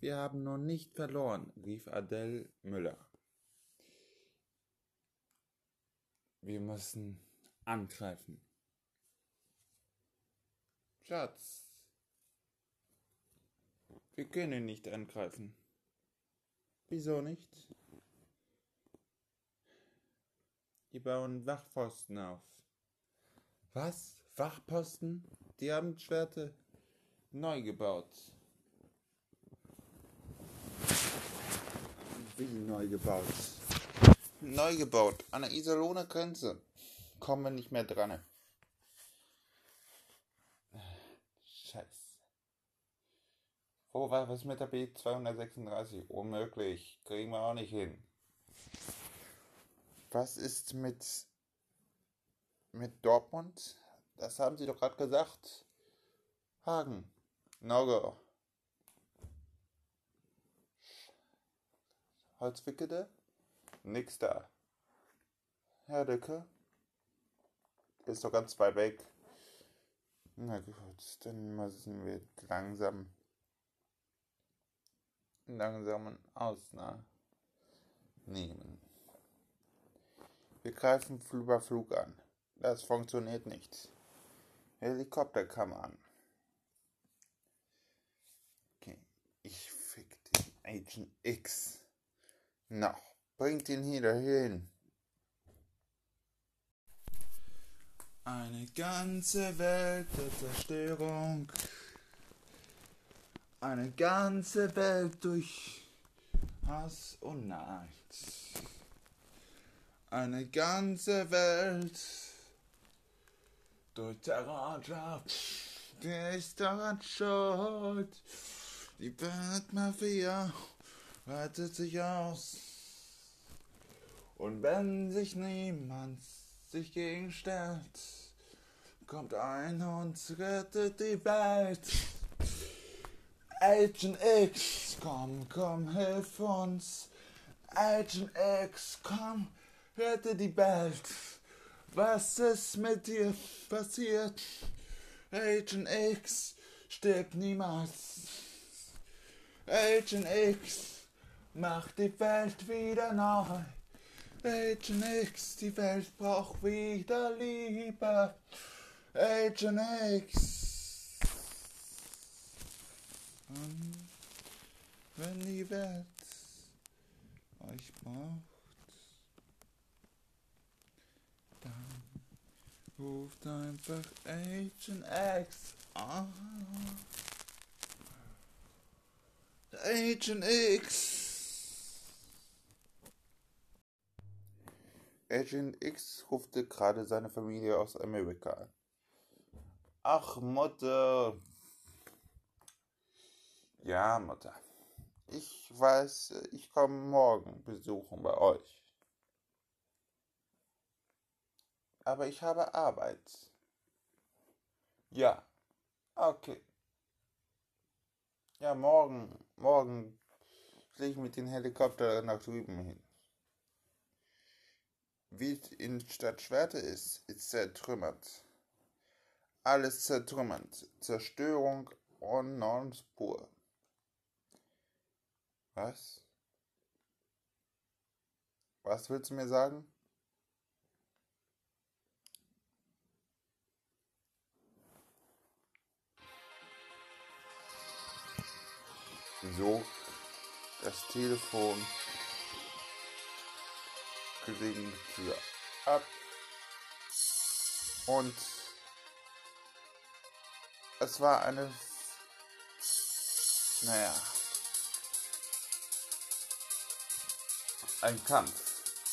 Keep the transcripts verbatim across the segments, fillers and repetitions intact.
Wir haben noch nicht verloren, rief Adele Müller. Wir müssen angreifen. Schatz, wir können nicht angreifen. Wieso nicht? Die bauen Wachposten auf. Was? Wachposten? Die haben Schwerte neu gebaut. Wie neu gebaut? Neu gebaut. An der Iserlohner Grenze. Kommen wir nicht mehr dran. Scheiße. Oh, was mit der B zweihundertsechsunddreißig? Unmöglich. Kriegen wir auch nicht hin. Was ist mit, mit Dortmund? Das haben Sie doch gerade gesagt. Hagen. No-go. Holzwickede? Nix da. Herr Dicke? Ist doch ganz weit weg. Na gut, dann müssen wir langsam langsamen Ausnahme nehmen. Wir greifen über Flug an. Das funktioniert nicht. Helikopter kam an. Okay, ich fick den Agent X. Na, bringt ihn hier hin. Eine ganze Welt der Zerstörung. Eine ganze Welt durch Hass und Neid. Eine ganze Welt durch Terror, der ist daran schuld. Die Weltmafia weitet sich aus. Und wenn sich niemand sich gegenstellt, kommt ein und rettet die Welt. Agent X, komm, komm, hilf uns. Agent X, komm, rette die Welt. Was ist mit dir passiert? Agent X, stirb niemals. Agent X, mach die Welt wieder neu. Agent X, die Welt braucht wieder Liebe. Agent X. Und wenn die Welt euch braucht, dann ruft einfach Agent X an. Agent X. Agent X rufte gerade seine Familie aus Amerika an. Ach, Mutter. Ja, Mutter. Ich weiß, ich komme morgen besuchen bei euch. Aber ich habe Arbeit. Ja, okay. Ja, morgen, morgen fliege ich mit dem Helikopter nach drüben hin. Wie es in Stadt Schwerte ist, ist zertrümmert. Alles zertrümmert. Zerstörung und non-spur. Was? Was willst du mir sagen? So, das Telefon klingt hier ab und es war eine, naja, ein Kampf.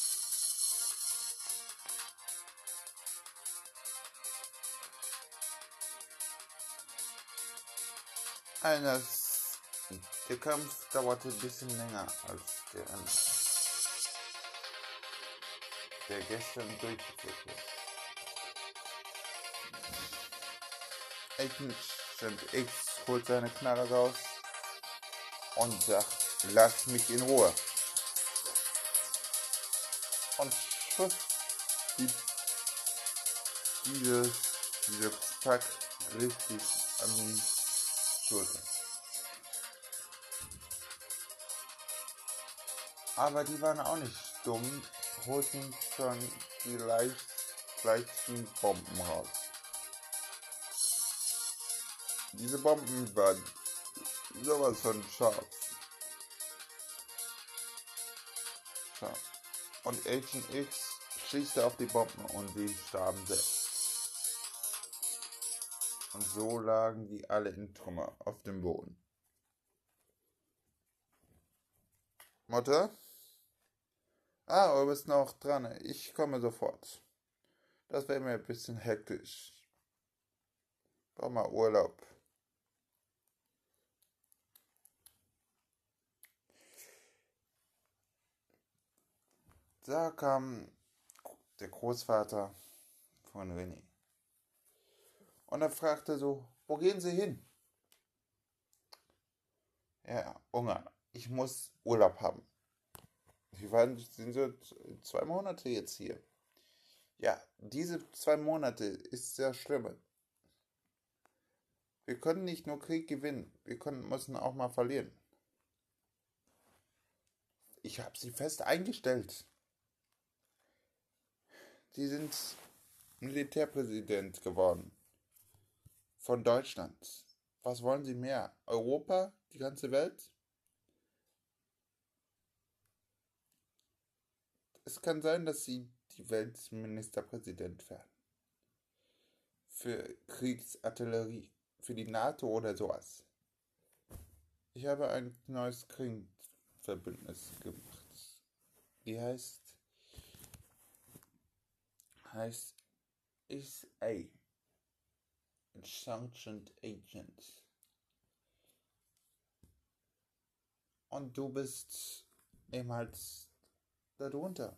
Eines, der Kampf dauerte ein bisschen länger als der andere, der gestern durchgeführt wurde. Agent X holt seine Knarre raus und sagt, lass mich in Ruhe. Und schuss die, dieses, dieses Pack richtig an die Schulter. Aber die waren auch nicht dumm, holten schon die leicht, leichten Bomben raus. Diese Bomben waren sowas von scharf. scharf. Und Agent X schießte auf die Bomben und die starben selbst. Und so lagen die alle in Trümmer auf dem Boden. Mutter? Ah, du bist noch dran. Ich komme sofort. Das wäre mir ein bisschen hektisch. Brauch mal Urlaub. Da kam der Großvater von René. Und er fragte so, wo gehen Sie hin? Ja, Ungarn. Ich muss Urlaub haben. Sie waren, sind so zwei Monate jetzt hier. Ja, diese zwei Monate ist sehr schlimm. Wir können nicht nur Krieg gewinnen, wir können, müssen auch mal verlieren. Ich habe sie fest eingestellt. Sie sind Militärpräsident geworden. Von Deutschland. Was wollen Sie mehr? Europa? Die ganze Welt? Es kann sein, dass Sie die Weltministerpräsident werden. Für Kriegsartillerie. Für die NATO oder sowas. Ich habe ein neues Kriegsverbündnis gemacht. Die heißt... heißt X A. Sergeant Agent. Und du bist eben halt darunter.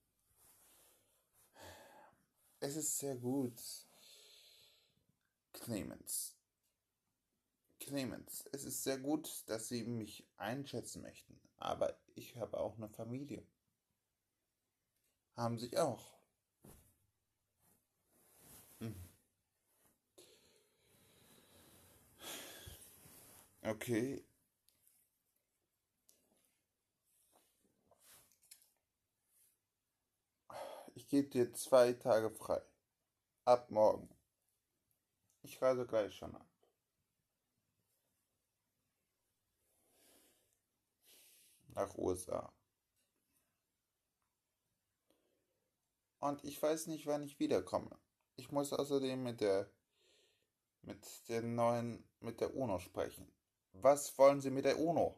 Es ist sehr gut. Clemens. Clemens, es ist sehr gut, dass Sie mich einschätzen möchten. Aber ich habe auch eine Familie. Haben Sie auch. Hm. Okay. Ich gebe dir zwei Tage frei. Ab morgen. Ich reise gleich schon ab. Nach U S A. Und ich weiß nicht, wann ich wiederkomme. Ich muss außerdem mit der mit der neuen, mit der UNO sprechen. Was wollen Sie mit der UNO?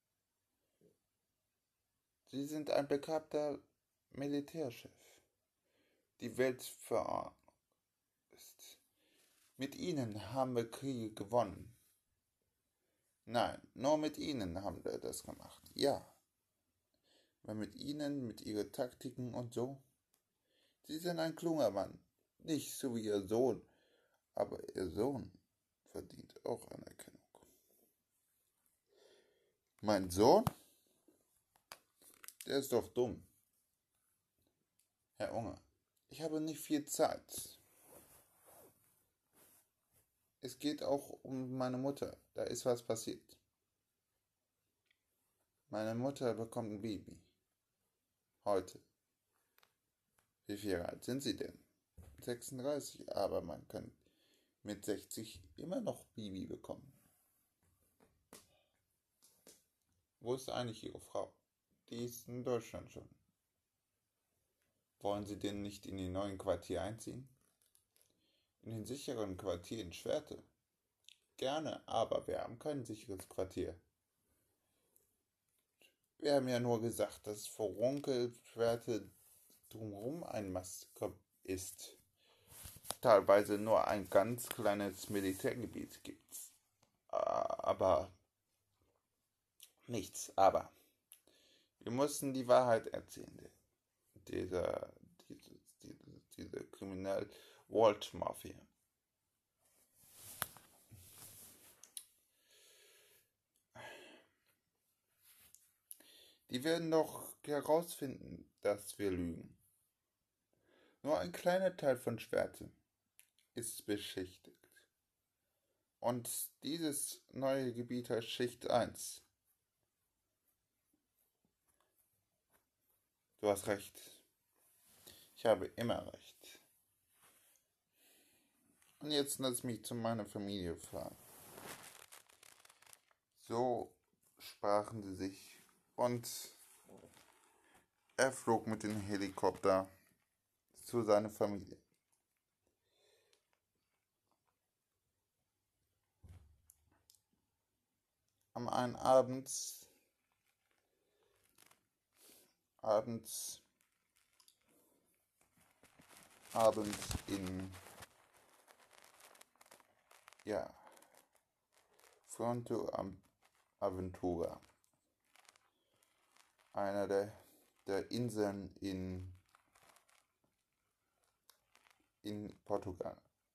Sie sind ein begabter Militärchef. Die Weltverordnung ist. Mit Ihnen haben wir Kriege gewonnen. Nein, nur mit Ihnen haben wir das gemacht. Ja. Aber mit Ihnen, mit Ihren Taktiken und so. Sie sind ein kluger Mann. Nicht so wie Ihr Sohn. Aber Ihr Sohn verdient auch Anerkennung. Mein Sohn? Der ist doch dumm. Herr Unger, ich habe nicht viel Zeit. Es geht auch um meine Mutter. Da ist was passiert. Meine Mutter bekommt ein Baby. Heute. Wie viel alt sind Sie denn? sechsunddreißig, aber man kann mit sechzig immer noch Baby bekommen. Wo ist eigentlich Ihre Frau? Die ist in Deutschland schon. Wollen Sie denn nicht in die neuen Quartier einziehen? In den sicheren Quartier in Schwerte? Gerne, aber wir haben kein sicheres Quartier. Wir haben ja nur gesagt, dass Furunkel Schwerte drumherum ein Mastkopf ist. Teilweise nur ein ganz kleines Militärgebiet gibt's. Aber nichts, aber wir mussten die Wahrheit erzählen. Dieser, diese, diese, diese kriminelle World Mafia. Die werden doch herausfinden, dass wir lügen. Nur ein kleiner Teil von Schwerte ist beschichtet. Und dieses neue Gebiet heißt Schicht eins. Du hast recht. Ich habe immer recht. Und jetzt lass mich zu meiner Familie fahren. So sprachen sie sich und er flog mit dem Helikopter zu seiner Familie. Am einen Abend, abends, abends in, ja, Fronto Aventura, einer der, der Inseln in, in Portugal.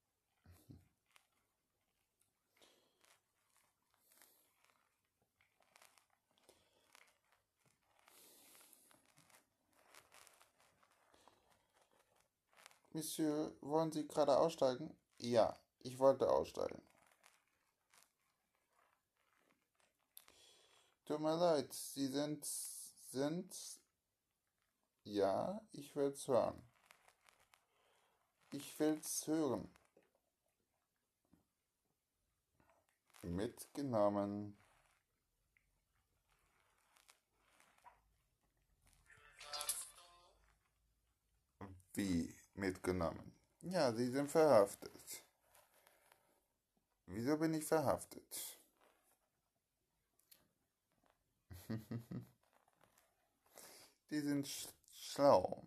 Monsieur, wollen Sie gerade aussteigen? Ja, ich wollte aussteigen. Tut mir leid, Sie sind, sind, ja, ich will's hören. Ich will's hören. Mitgenommen. Wie mitgenommen? Ja, Sie sind verhaftet. Wieso bin ich verhaftet? Die sind sch schlau.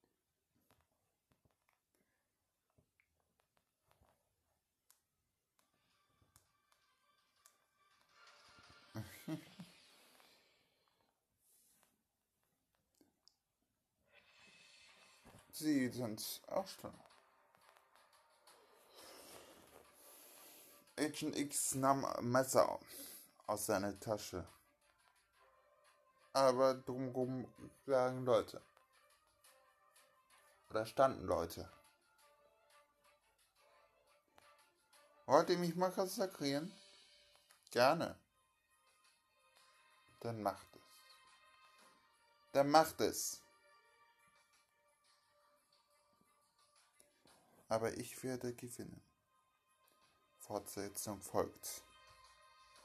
Sie sind auch schlau. Agent X nahm ein Messer aus seiner Tasche. Aber drumherum lagen Leute. Oder standen Leute. Wollt ihr mich massakrieren? Gerne. Dann macht es. Dann macht es. Aber ich werde gewinnen. Fortsetzung folgt.